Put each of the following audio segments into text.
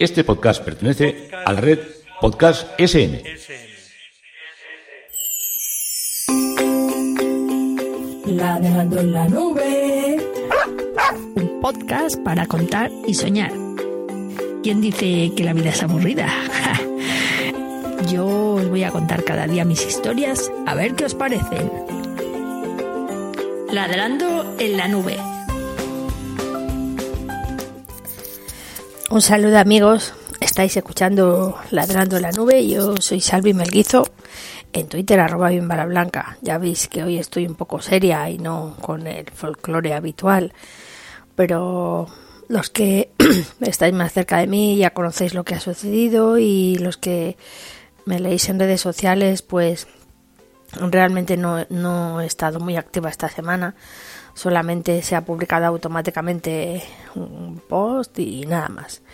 Este podcast pertenece a la red Podcast SN. Ladrando en la nube. Un podcast para contar y soñar. ¿Quién dice que la vida es aburrida? Yo os voy a contar cada día mis historias, a ver qué os parecen. Ladrando en la nube. Un saludo, amigos, estáis escuchando Ladrando en la nube. Yo soy Salvi Melguizo, en Twitter @BienBaraBlanca. Ya veis que hoy estoy un poco seria y no con el folclore habitual, pero los que estáis más cerca de mí ya conocéis lo que ha sucedido, y los que me leéis en redes sociales, pues realmente no he estado muy activa esta semana. Solamente se ha publicado automáticamente un post y nada más.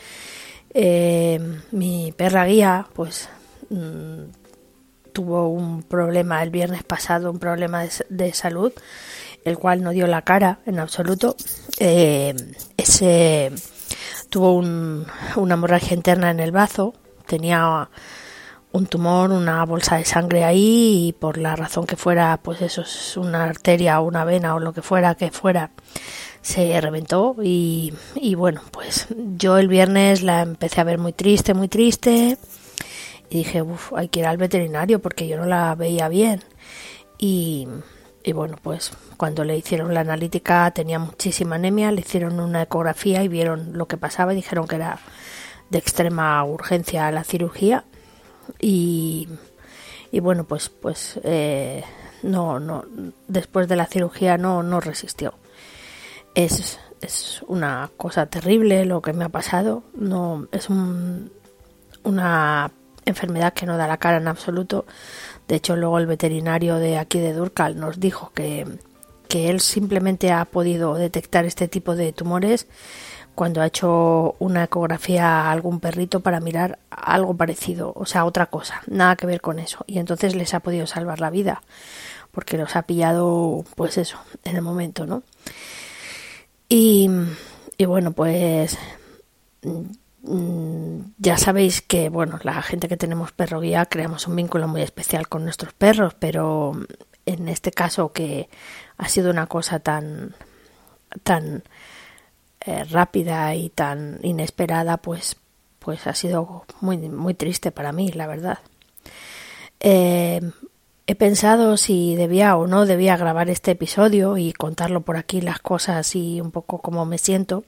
Mi perra guía pues tuvo un problema el viernes pasado, un problema de salud, el cual no dio la cara en absoluto. Tuvo una hemorragia interna en el bazo, tenía un tumor, una bolsa de sangre ahí, y por la razón que fuera, pues eso, es una arteria o una vena o lo que fuera, se reventó. Y bueno, pues yo el viernes la empecé a ver muy triste, y dije, hay que ir al veterinario porque yo no la veía bien. Y bueno, pues cuando le hicieron la analítica tenía muchísima anemia, le hicieron una ecografía y vieron lo que pasaba y dijeron que era de extrema urgencia la cirugía. Y bueno, pues no después de la cirugía no resistió. Es una cosa terrible lo que me ha pasado. No es una enfermedad que no da la cara en absoluto. De hecho, luego el veterinario de aquí de Durcal nos dijo que él simplemente ha podido detectar este tipo de tumores cuando ha hecho una ecografía a algún perrito para mirar algo parecido, o sea, otra cosa, nada que ver con eso. Y entonces les ha podido salvar la vida, porque los ha pillado, pues eso, en el momento, ¿no? Y bueno, pues ya sabéis que, bueno, la gente que tenemos perro guía creamos un vínculo muy especial con nuestros perros, pero en este caso, que ha sido una cosa tan rápida y tan inesperada, pues ha sido muy, muy triste para mí, la verdad. He pensado si debía o no debía grabar este episodio y contarlo por aquí, las cosas y un poco cómo me siento.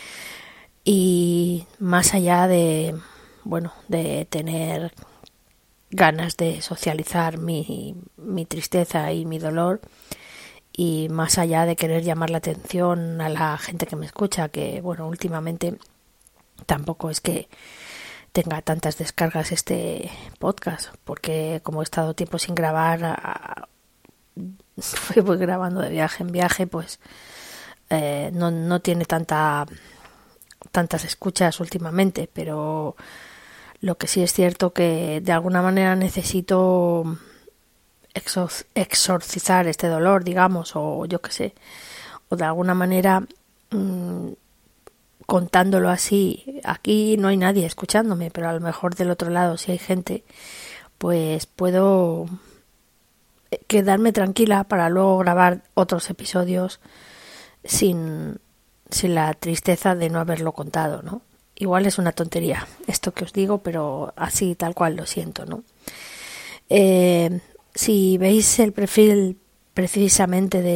Y más allá de tener ganas de socializar mi tristeza y mi dolor, y más allá de querer llamar la atención a la gente que me escucha, que bueno, últimamente tampoco es que tenga tantas descargas este podcast, porque como he estado tiempo sin grabar, voy grabando de viaje en viaje, pues no tiene tantas escuchas últimamente. Pero lo que sí es cierto que de alguna manera necesito exorcizar este dolor, digamos, o yo qué sé, o de alguna manera contándolo así. Aquí no hay nadie escuchándome, pero a lo mejor del otro lado, si hay gente, pues puedo quedarme tranquila para luego grabar otros episodios sin la tristeza de no haberlo contado, ¿no? Igual es una tontería esto que os digo, pero así tal cual lo siento, ¿no? Si veis el perfil precisamente de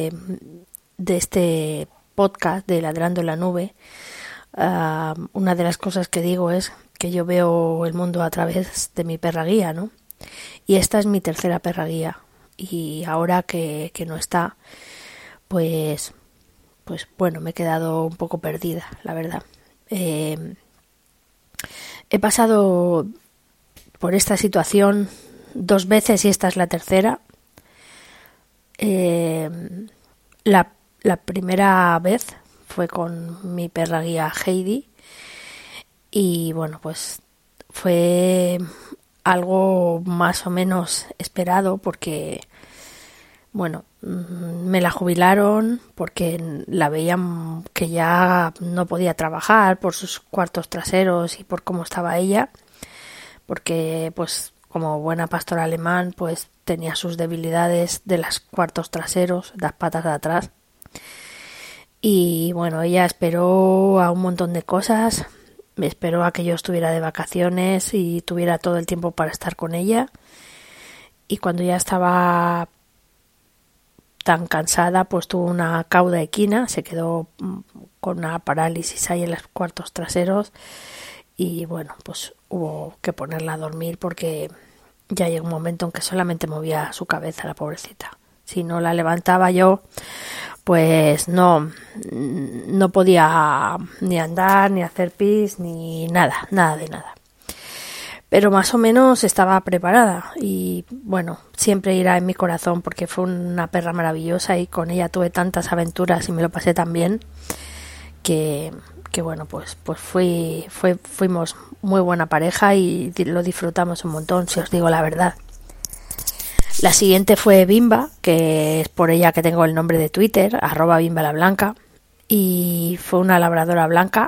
este podcast de Ladrando en la Nube, una de las cosas que digo es que yo veo el mundo a través de mi perra guía, ¿no? Y esta es mi tercera perra guía, y ahora que no está, pues bueno, me he quedado un poco perdida, la verdad. He pasado por esta situación 2 veces y esta es la tercera. La primera vez fue con mi perra guía Heidi, y bueno, pues fue algo más o menos esperado, porque bueno, me la jubilaron porque la veían que ya no podía trabajar por sus cuartos traseros y por cómo estaba ella, porque pues como buena pastora alemán pues tenía sus debilidades de los cuartos traseros, las patas de atrás. Y bueno, ella esperó a un montón de cosas, me esperó a que yo estuviera de vacaciones y tuviera todo el tiempo para estar con ella. Y cuando ya estaba tan cansada, pues tuvo una cauda equina, se quedó con una parálisis ahí en los cuartos traseros y bueno, pues hubo que ponerla a dormir porque ya llegó un momento en que solamente movía su cabeza, la pobrecita. Si no la levantaba yo, pues no podía ni andar, ni hacer pis, ni nada de nada. Pero más o menos estaba preparada y bueno, siempre irá en mi corazón porque fue una perra maravillosa y con ella tuve tantas aventuras y me lo pasé tan bien que bueno, pues fuimos muy buena pareja y lo disfrutamos un montón, si os digo la verdad. La siguiente fue Bimba, que es por ella que tengo el nombre de Twitter, @BimbaLaBlanca, y fue una labradora blanca.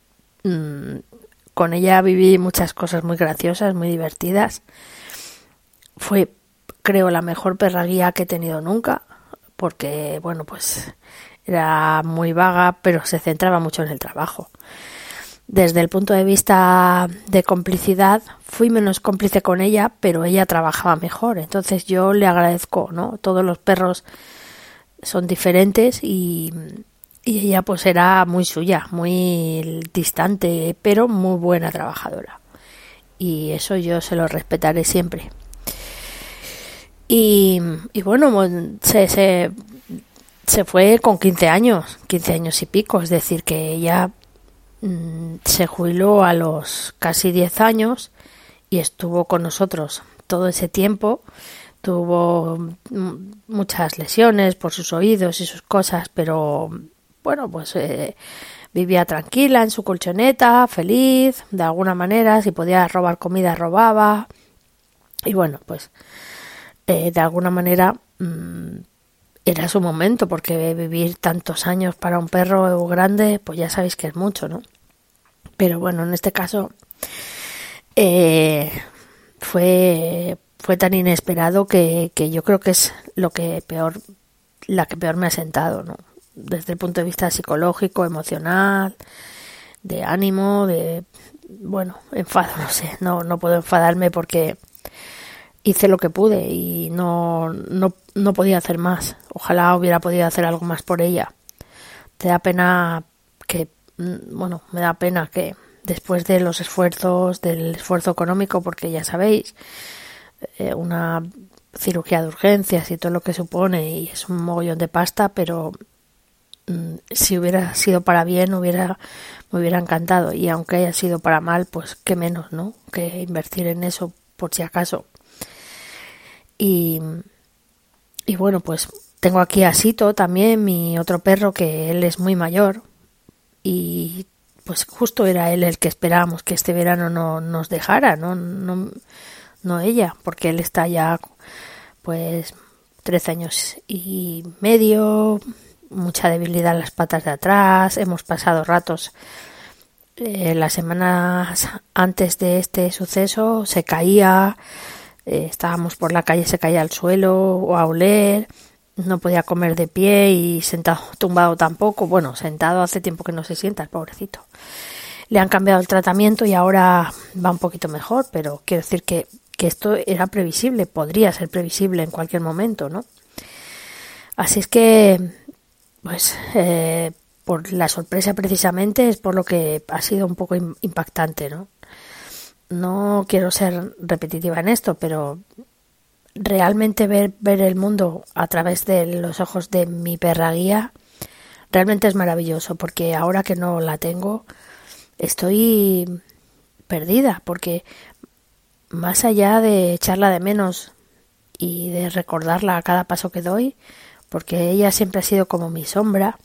Con ella viví muchas cosas muy graciosas, muy divertidas. Fue, creo, la mejor perra guía que he tenido nunca, porque, bueno, pues era muy vaga, pero se centraba mucho en el trabajo. Desde el punto de vista de complicidad, fui menos cómplice con ella, pero ella trabajaba mejor. Entonces yo le agradezco, ¿no? Todos los perros son diferentes y ella pues era muy suya, muy distante, pero muy buena trabajadora. Y eso yo se lo respetaré siempre. Y bueno, se fue con 15 años y pico, es decir, que ella se jubiló a los casi 10 años y estuvo con nosotros todo ese tiempo. Tuvo muchas lesiones por sus oídos y sus cosas, pero bueno, pues vivía tranquila en su colchoneta, feliz, de alguna manera, si podía robar comida, robaba. Y bueno, pues de alguna manera era su momento, porque vivir tantos años para un perro grande, pues ya sabéis que es mucho, ¿no? Pero bueno, en este caso fue tan inesperado que yo creo que es la que peor me ha sentado, ¿no? Desde el punto de vista psicológico, emocional, de ánimo, de, bueno, enfado, no sé, no puedo enfadarme porque hice lo que pude y no podía hacer más. Ojalá hubiera podido hacer algo más por ella. Me da pena que después de los esfuerzos, del esfuerzo económico, porque ya sabéis, una cirugía de urgencias y todo lo que supone, y es un mogollón de pasta, pero si hubiera sido para bien me hubiera encantado, y aunque haya sido para mal, pues qué menos, ¿no?, que invertir en eso por si acaso. Y bueno, pues tengo aquí a Sito también, mi otro perro, que él es muy mayor y pues justo era él el que esperábamos que este verano no nos dejara, no ella, porque él está ya pues 13 años y medio, mucha debilidad en las patas de atrás. Hemos pasado ratos, las semanas antes de este suceso se caía, estábamos por la calle, se caía al suelo o a oler, no podía comer de pie, y sentado, tumbado tampoco. Bueno, sentado hace tiempo que no se sienta el pobrecito. Le han cambiado el tratamiento y ahora va un poquito mejor, pero quiero decir que esto era previsible, podría ser previsible en cualquier momento, ¿no? Así es que, pues, por la sorpresa precisamente es por lo que ha sido un poco impactante, ¿no? No quiero ser repetitiva en esto, pero realmente ver el mundo a través de los ojos de mi perra guía realmente es maravilloso, porque ahora que no la tengo estoy perdida, porque más allá de echarla de menos y de recordarla a cada paso que doy, porque ella siempre ha sido como mi sombra,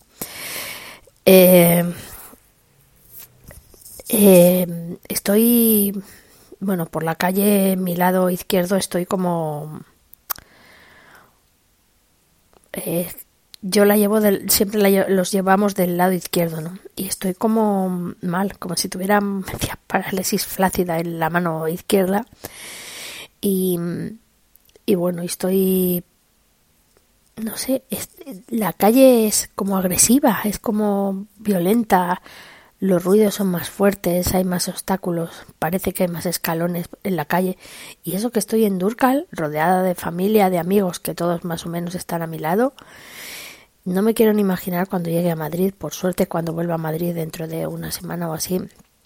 estoy, bueno, por la calle, mi lado izquierdo, estoy como yo la llevo los llevamos del lado izquierdo, ¿no? Y estoy como mal, como si tuviera media parálisis flácida en la mano izquierda. Y bueno, estoy, no sé, la calle es como agresiva, es como violenta, los ruidos son más fuertes, hay más obstáculos, parece que hay más escalones en la calle. Y eso que estoy en Dúrcal, rodeada de familia, de amigos que todos más o menos están a mi lado. No me quiero ni imaginar cuando llegue a Madrid. Por suerte, cuando vuelva a Madrid dentro de una semana o así,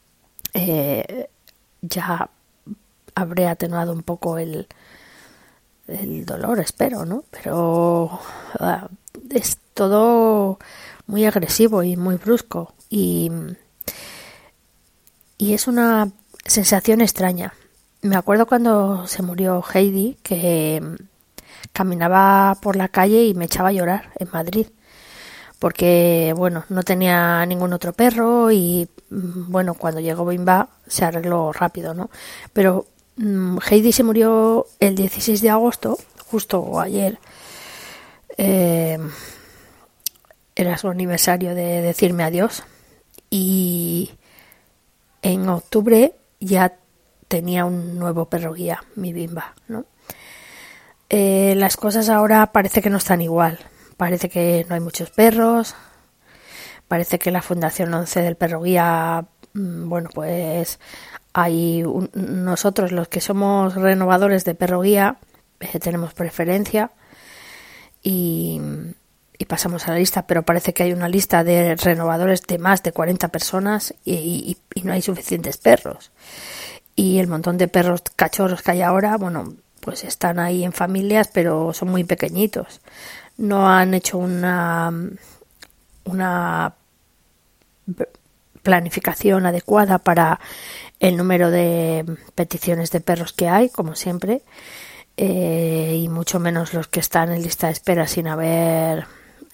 ya habré atenuado un poco el dolor, espero, ¿no? Pero es todo muy agresivo y muy brusco y es una sensación extraña. Me acuerdo cuando se murió Heidi, que caminaba por la calle y me echaba a llorar en Madrid, porque bueno, no tenía ningún otro perro y bueno, cuando llegó Bimba se arregló rápido, ¿no? Pero Heidi se murió el 16 de agosto, justo ayer. Era su aniversario de decirme adiós y en octubre ya tenía un nuevo perro guía, mi Bimba, ¿no? Las cosas ahora parece que no están igual. Parece que no hay muchos perros. Parece que la Fundación 11 del Perro Guía, bueno, pues hay nosotros los que somos renovadores de Perro Guía, tenemos preferencia y pasamos a la lista, pero parece que hay una lista de renovadores de más de 40 personas y no hay suficientes perros. Y el montón de perros cachorros que hay ahora, bueno, pues están ahí en familias, pero son muy pequeñitos. No han hecho una planificación adecuada para el número de peticiones de perros que hay, como siempre, y mucho menos los que están en lista de espera sin haber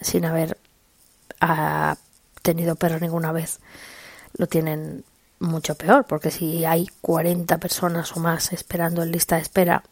tenido perro ninguna vez. Lo tienen mucho peor, porque si hay 40 personas o más esperando en lista de espera,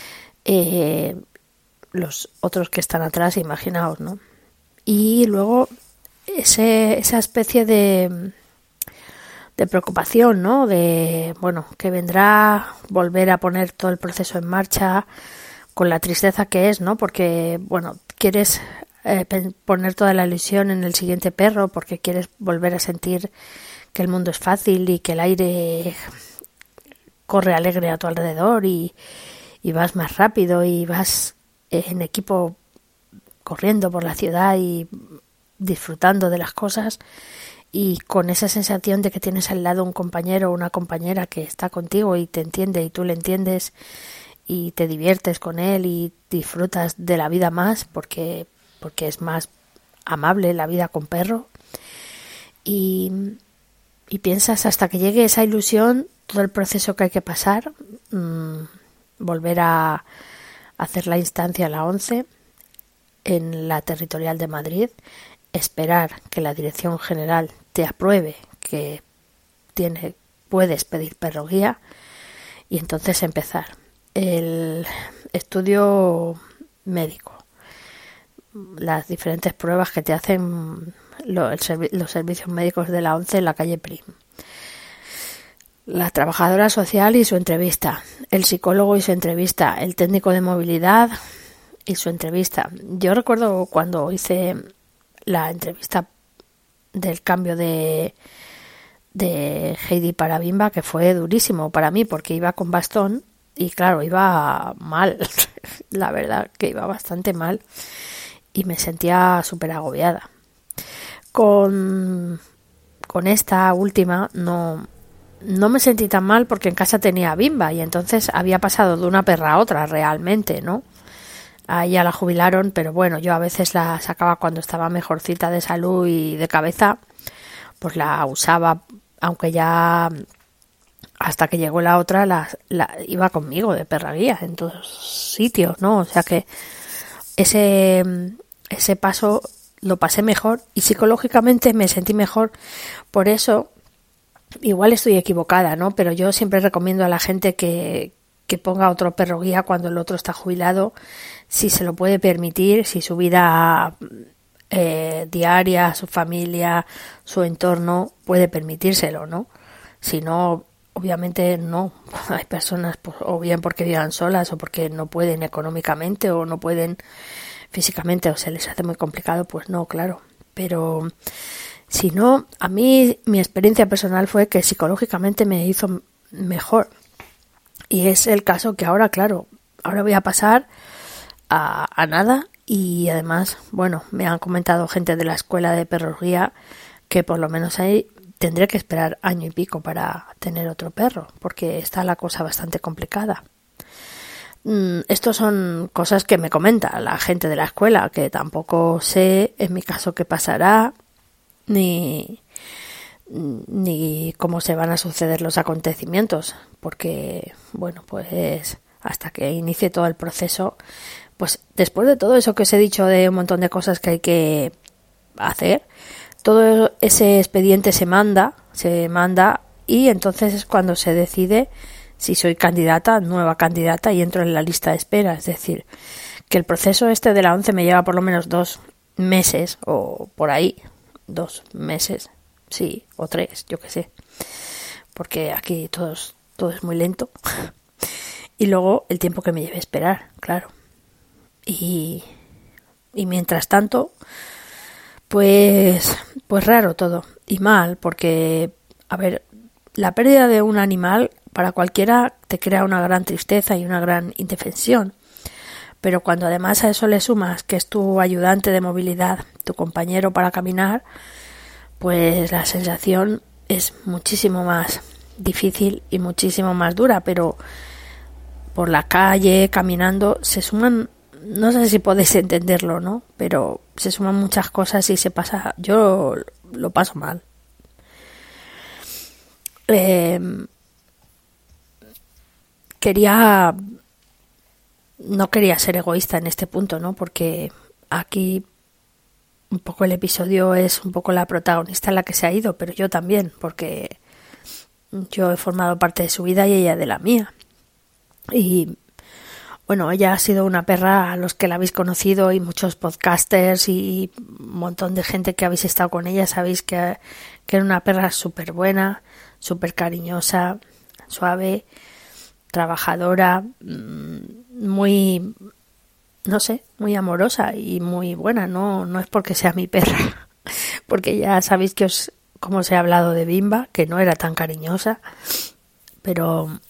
los otros que están atrás, imaginaos, ¿no? Y luego esa especie de preocupación, ¿no? De, bueno, que vendrá volver a poner todo el proceso en marcha con la tristeza que es, ¿no? Porque, bueno, quieres poner toda la ilusión en el siguiente perro porque quieres volver a sentir que el mundo es fácil y que el aire corre alegre a tu alrededor y vas más rápido y vas en equipo corriendo por la ciudad y disfrutando de las cosas y con esa sensación de que tienes al lado un compañero o una compañera que está contigo y te entiende y tú le entiendes y te diviertes con él y disfrutas de la vida más porque es más amable la vida con perro y piensas hasta que llegue esa ilusión, todo el proceso que hay que pasar, volver a hacer la instancia a la 11 en la territorial de Madrid, esperar que la Dirección General te apruebe que puedes pedir perro guía y entonces empezar el estudio médico, las diferentes pruebas que te hacen los servicios médicos de la 11 en la calle Prim, la trabajadora social y su entrevista, el psicólogo y su entrevista, el técnico de movilidad y su entrevista. Yo recuerdo cuando hice la entrevista del cambio de Heidi para Bimba, que fue durísimo para mí porque iba con bastón y claro, iba mal, la verdad que iba bastante mal y me sentía súper agobiada. Con esta última no me sentí tan mal porque en casa tenía a Bimba y entonces había pasado de una perra a otra realmente, ¿no? A ella la jubilaron, pero bueno, yo a veces la sacaba cuando estaba mejorcita de salud y de cabeza, pues la usaba, aunque ya hasta que llegó la otra la iba conmigo de perra guía en todos sitios, ¿no? O sea que ese paso lo pasé mejor y psicológicamente me sentí mejor. Por eso, igual estoy equivocada, ¿no? Pero yo siempre recomiendo a la gente que que ponga otro perro guía cuando el otro está jubilado, si se lo puede permitir, si su vida diaria, su familia, su entorno puede permitírselo, ¿no? Si no, obviamente no. Hay personas, pues, o bien porque vivan solas o porque no pueden económicamente o no pueden físicamente o se les hace muy complicado, pues no, claro. Pero si no, a mí mi experiencia personal fue que psicológicamente me hizo mejor. Y es el caso que ahora, claro, ahora voy a pasar a nada. Y además, bueno, me han comentado gente de la escuela de perros guía que por lo menos ahí tendré que esperar año y pico para tener otro perro, porque está la cosa bastante complicada. Estos son cosas que me comenta la gente de la escuela, que tampoco sé en mi caso qué pasará, ni cómo se van a suceder los acontecimientos, porque, bueno, pues hasta que inicie todo el proceso, pues después de todo eso que os he dicho de un montón de cosas que hay que hacer, todo ese expediente se manda y entonces es cuando se decide si soy nueva candidata y entro en la lista de espera. Es decir, que el proceso este de la ONCE me lleva por lo menos 2 meses o por ahí, 2 meses, sí, o 3, yo qué sé, porque aquí todo es muy lento. Y luego el tiempo que me lleve a esperar, claro. Y mientras tanto, pues raro todo y mal, porque, a ver, la pérdida de un animal para cualquiera te crea una gran tristeza y una gran indefensión. Pero cuando además a eso le sumas que es tu ayudante de movilidad, tu compañero para caminar, pues la sensación es muchísimo más difícil y muchísimo más dura. Pero por la calle, caminando, se suman, no sé si podéis entenderlo, ¿no? Pero se suman muchas cosas y yo lo paso mal. No quería ser egoísta en este punto, ¿no? Porque aquí un poco el episodio es un poco la protagonista la que se ha ido, pero yo también, porque yo he formado parte de su vida y ella de la mía. Y bueno, ella ha sido una perra, a los que la habéis conocido y muchos podcasters y un montón de gente que habéis estado con ella, sabéis que era una perra súper buena, súper cariñosa, suave, trabajadora, muy, no sé, muy amorosa y muy buena. No es porque sea mi perra, porque ya sabéis como os he hablado de Bimba, que no era tan cariñosa, pero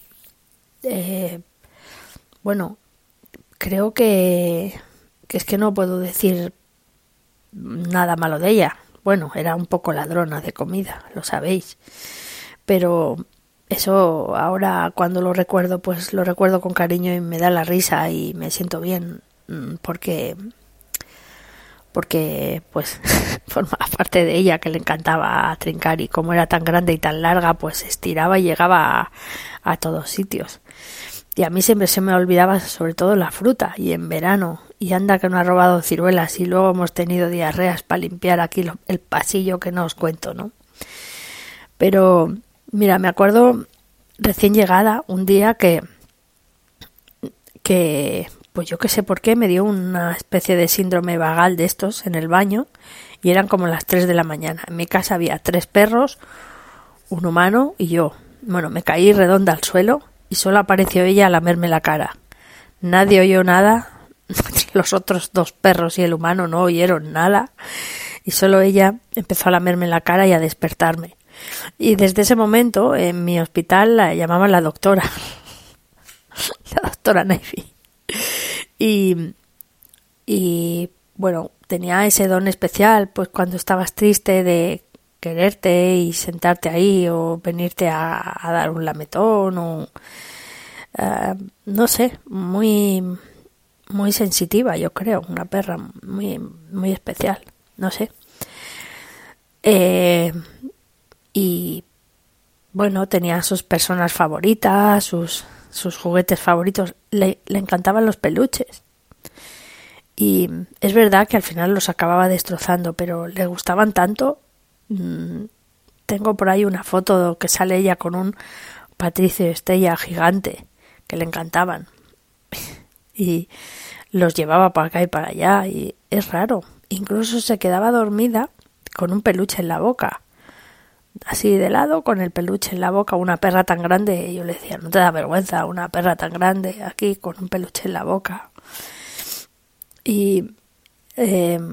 bueno, creo que es que no puedo decir nada malo de ella. Bueno, era un poco ladrona de comida, lo sabéis, pero eso ahora cuando lo recuerdo, pues lo recuerdo con cariño y me da la risa y me siento bien, porque pues forma parte de ella, que le encantaba trincar, y como era tan grande y tan larga, pues estiraba y llegaba a todos sitios. Y a mí siempre se me olvidaba sobre todo la fruta, y en verano, y anda que no ha robado ciruelas, y luego hemos tenido diarreas para limpiar aquí el pasillo, que no os cuento, ¿no? Pero mira, me acuerdo recién llegada un día que pues yo que sé por qué me dio una especie de síndrome vagal de estos en el baño, y eran como las 3 de la mañana. En mi casa había 3 perros, un humano y yo. Bueno, me caí redonda al suelo y solo apareció ella a lamerme la cara. Nadie oyó nada, los otros 2 perros y el humano no oyeron nada, y solo ella empezó a lamerme la cara y a despertarme. Y desde ese momento en mi hospital la llamaban la doctora, la doctora Navy. Y bueno, tenía ese don especial, pues cuando estabas triste, de quererte y sentarte ahí o venirte a dar un lametón o no sé, muy muy sensitiva, yo creo, una perra muy muy especial, no sé. Y bueno, tenía sus personas favoritas, sus juguetes favoritos, le encantaban los peluches. Y es verdad que al final los acababa destrozando, pero le gustaban tanto. Tengo por ahí una foto que sale ella con un Patricio Estella gigante, que le encantaban. Y los llevaba para acá y para allá, y es raro. Incluso se quedaba dormida con un peluche en la boca. Así de lado, con el peluche en la boca, una perra tan grande. Y yo le decía, ¿no te da vergüenza una perra tan grande aquí con un peluche en la boca? Y en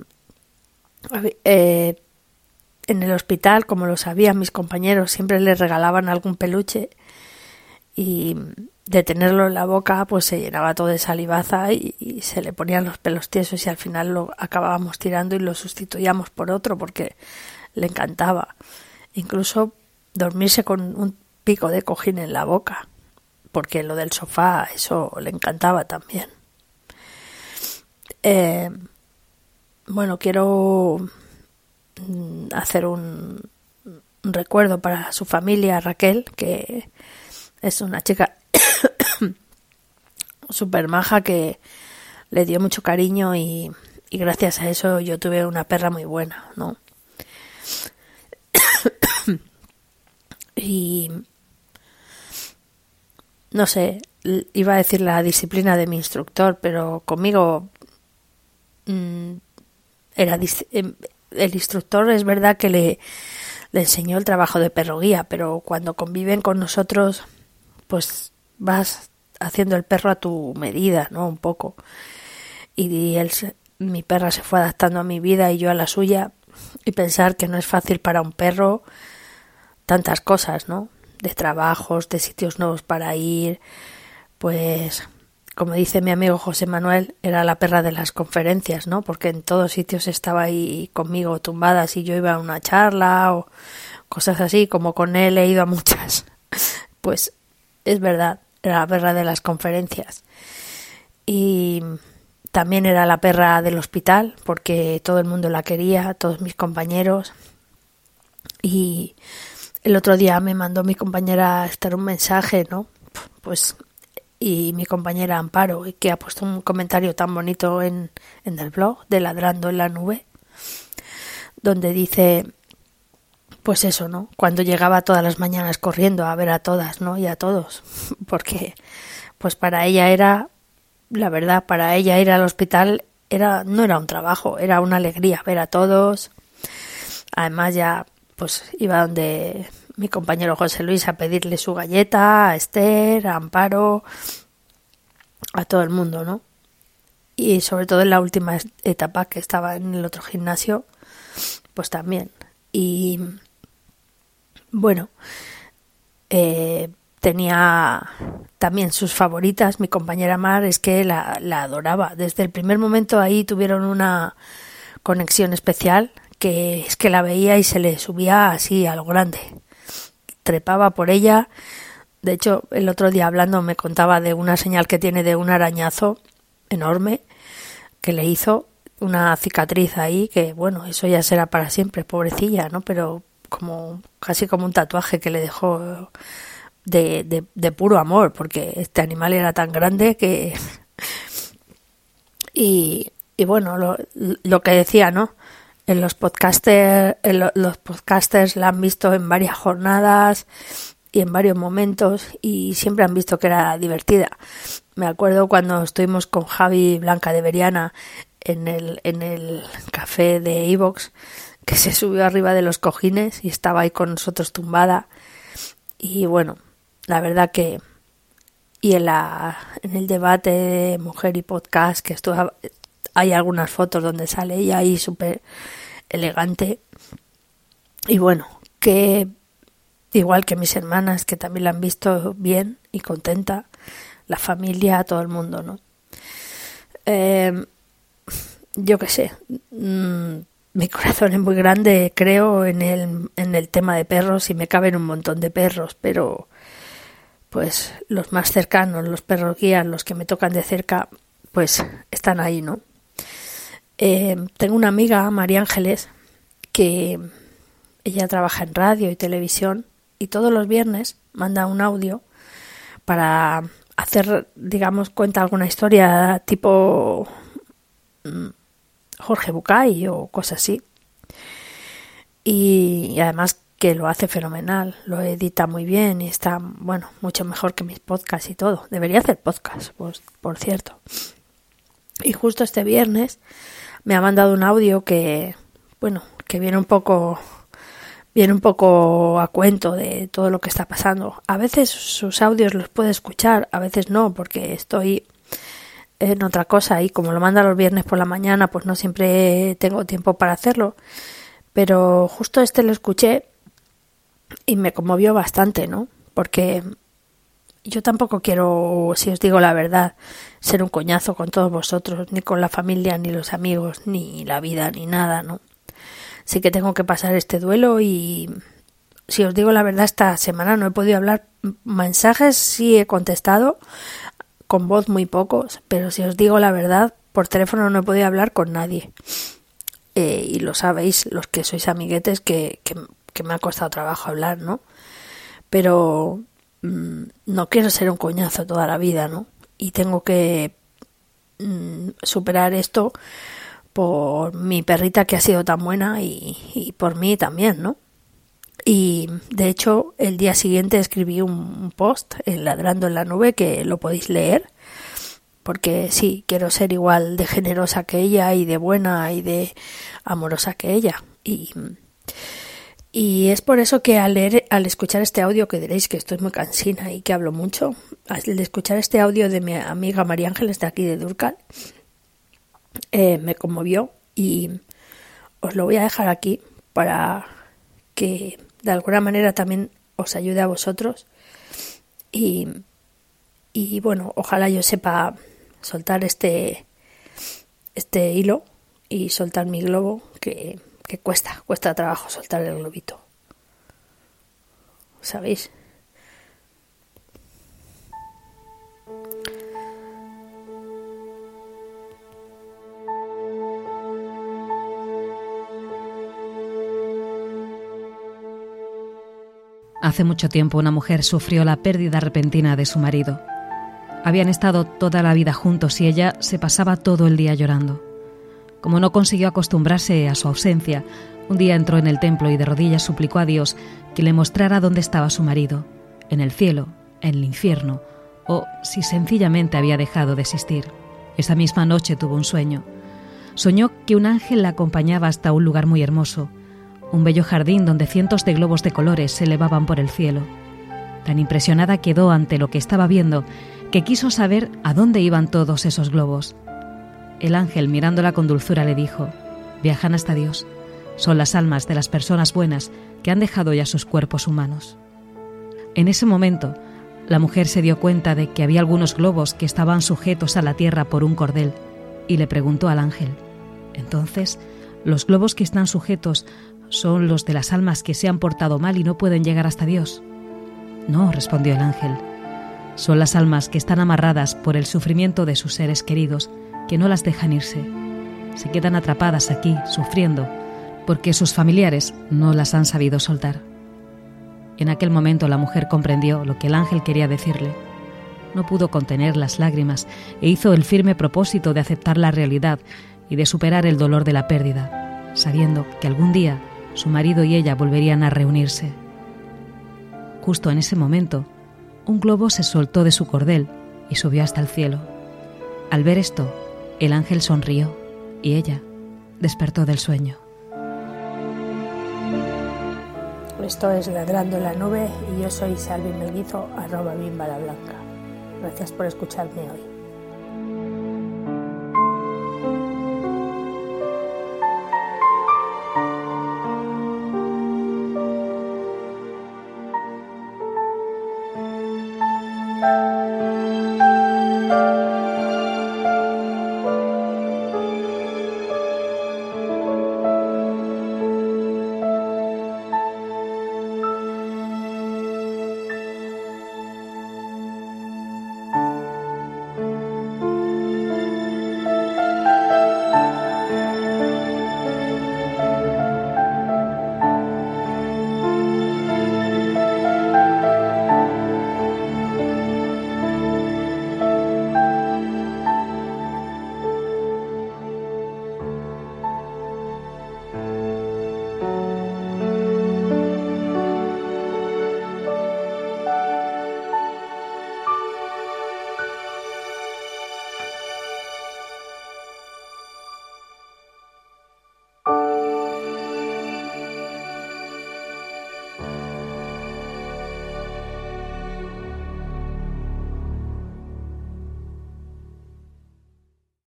el hospital, como lo sabían mis compañeros, siempre les regalaban algún peluche, y de tenerlo en la boca pues se llenaba todo de salivaza y se le ponían los pelos tiesos, y al final lo acabábamos tirando y lo sustituíamos por otro porque le encantaba. Incluso dormirse con un pico de cojín en la boca, porque lo del sofá, eso le encantaba también. Bueno, quiero hacer un recuerdo para su familia, Raquel, que es una chica súper maja que le dio mucho cariño, y gracias a eso yo tuve una perra muy buena, ¿no? Y no sé, iba a decir la disciplina de mi instructor, pero conmigo el instructor es verdad que le enseñó el trabajo de perro guía, pero cuando conviven con nosotros pues vas haciendo el perro a tu medida, ¿no? Un poco. Y mi perra se fue adaptando a mi vida y yo a la suya, y pensar que no es fácil para un perro tantas cosas, ¿no? De trabajos, de sitios nuevos para ir, pues como dice mi amigo José Manuel, era la perra de las conferencias, ¿no? Porque en todos sitios estaba ahí conmigo tumbada si yo iba a una charla o cosas así, como con él he ido a muchas. Pues es verdad, era la perra de las conferencias. Y también era la perra del hospital, porque todo el mundo la quería, todos mis compañeros. Y el otro día me mandó mi compañera Esther un mensaje, ¿no? Pues, y mi compañera Amparo, que ha puesto un comentario tan bonito en el blog de Ladrando en la Nube, donde dice, pues eso, ¿no? Cuando llegaba todas las mañanas corriendo a ver a todas, ¿no? Y a todos, porque pues para ella era, la verdad, para ella ir al hospital no era un trabajo, era una alegría ver a todos. Además ya pues iba donde mi compañero José Luis a pedirle su galleta, a Esther, a Amparo, a todo el mundo, ¿no? Y sobre todo en la última etapa que estaba en el otro gimnasio, pues también. Y bueno, tenía también sus favoritas. Mi compañera Mar es que la adoraba. Desde el primer momento ahí tuvieron una conexión especial, que es que la veía y se le subía así a lo grande. Trepaba por ella. De hecho, el otro día hablando me contaba de una señal que tiene de un arañazo enorme que le hizo, una cicatriz ahí, que bueno, eso ya será para siempre, pobrecilla, ¿no? Pero como casi como un tatuaje que le dejó de puro amor, porque este animal era tan grande que y bueno, lo que decía, ¿no? Los podcasters la han visto en varias jornadas y en varios momentos, y siempre han visto que era divertida. Me acuerdo cuando estuvimos con Javi Blanca de Beriana en el café de iVox, que se subió arriba de los cojines y estaba ahí con nosotros tumbada. Y bueno, la verdad que en el debate de Mujer y Podcast, que hay algunas fotos donde sale ella ahí súper elegante. Y bueno, que igual que mis hermanas, que también la han visto bien y contenta, la familia, todo el mundo, ¿no? Yo qué sé, mi corazón es muy grande, creo, en el tema de perros, y me caben un montón de perros, pero pues los más cercanos, los perros guías, los que me tocan de cerca, pues están ahí, ¿no? Tengo una amiga, María Ángeles, que ella trabaja en radio y televisión, y todos los viernes manda un audio para hacer, digamos, cuenta alguna historia tipo Jorge Bucay o cosas así. Y además que lo hace fenomenal, lo edita muy bien y está, bueno, mucho mejor que mis podcasts y todo. Debería hacer podcast, pues, por cierto. Y justo este viernes me ha mandado un audio que, bueno, que viene un poco a cuento de todo lo que está pasando. A veces sus audios los puedo escuchar, a veces no, porque estoy en otra cosa y como lo manda los viernes por la mañana, pues no siempre tengo tiempo para hacerlo. Pero justo este lo escuché y me conmovió bastante, ¿no? Porque yo tampoco quiero, si os digo la verdad, ser un coñazo con todos vosotros, ni con la familia, ni los amigos, ni la vida, ni nada, ¿no? Sí que tengo que pasar este duelo y, si os digo la verdad, esta semana no he podido hablar. Mensajes sí he contestado, con voz muy pocos, pero si os digo la verdad, por teléfono no he podido hablar con nadie. Y lo sabéis, los que sois amiguetes, que me ha costado trabajo hablar, ¿no? Pero no quiero ser un coñazo toda la vida, ¿no? Y tengo que superar esto por mi perrita que ha sido tan buena y por mí también, ¿no? Y de hecho el día siguiente escribí un post en Ladrando en la Nube que lo podéis leer, porque sí, quiero ser igual de generosa que ella y de buena y de amorosa que ella. Y es por eso que al escuchar este audio, que diréis que estoy muy cansina y que hablo mucho, al escuchar este audio de mi amiga María Ángeles de aquí de Durcal, me conmovió y os lo voy a dejar aquí para que de alguna manera también os ayude a vosotros y bueno, ojalá yo sepa soltar este hilo y soltar mi globo, que cuesta trabajo soltar el globito, ¿sabéis? Hace mucho tiempo una mujer sufrió la pérdida repentina de su marido. Habían estado toda la vida juntos y ella se pasaba todo el día llorando. Como no consiguió acostumbrarse a su ausencia, un día entró en el templo y de rodillas suplicó a Dios que le mostrara dónde estaba su marido, en el cielo, en el infierno, o si sencillamente había dejado de existir. Esa misma noche tuvo un sueño. Soñó que un ángel la acompañaba hasta un lugar muy hermoso, un bello jardín donde cientos de globos de colores se elevaban por el cielo. Tan impresionada quedó ante lo que estaba viendo que quiso saber a dónde iban todos esos globos. El ángel, mirándola con dulzura, le dijo: viajan hasta Dios. Son las almas de las personas buenas que han dejado ya sus cuerpos humanos. En ese momento, la mujer se dio cuenta de que había algunos globos que estaban sujetos a la tierra por un cordel y le preguntó al ángel: entonces, ¿los globos que están sujetos son los de las almas que se han portado mal y no pueden llegar hasta Dios? No, respondió el ángel. Son las almas que están amarradas por el sufrimiento de sus seres queridos, que no las dejan irse. Se quedan atrapadas aquí, sufriendo, porque sus familiares no las han sabido soltar. En aquel momento la mujer comprendió lo que el ángel quería decirle. No pudo contener las lágrimas e hizo el firme propósito de aceptar la realidad y de superar el dolor de la pérdida, sabiendo que algún día su marido y ella volverían a reunirse. Justo en ese momento, un globo se soltó de su cordel y subió hasta el cielo. Al ver esto, el ángel sonrió y ella despertó del sueño. Esto es Ladrando en la Nube y yo soy Salvi Melguizo, @BimbaLaBlanca. Gracias por escucharme hoy.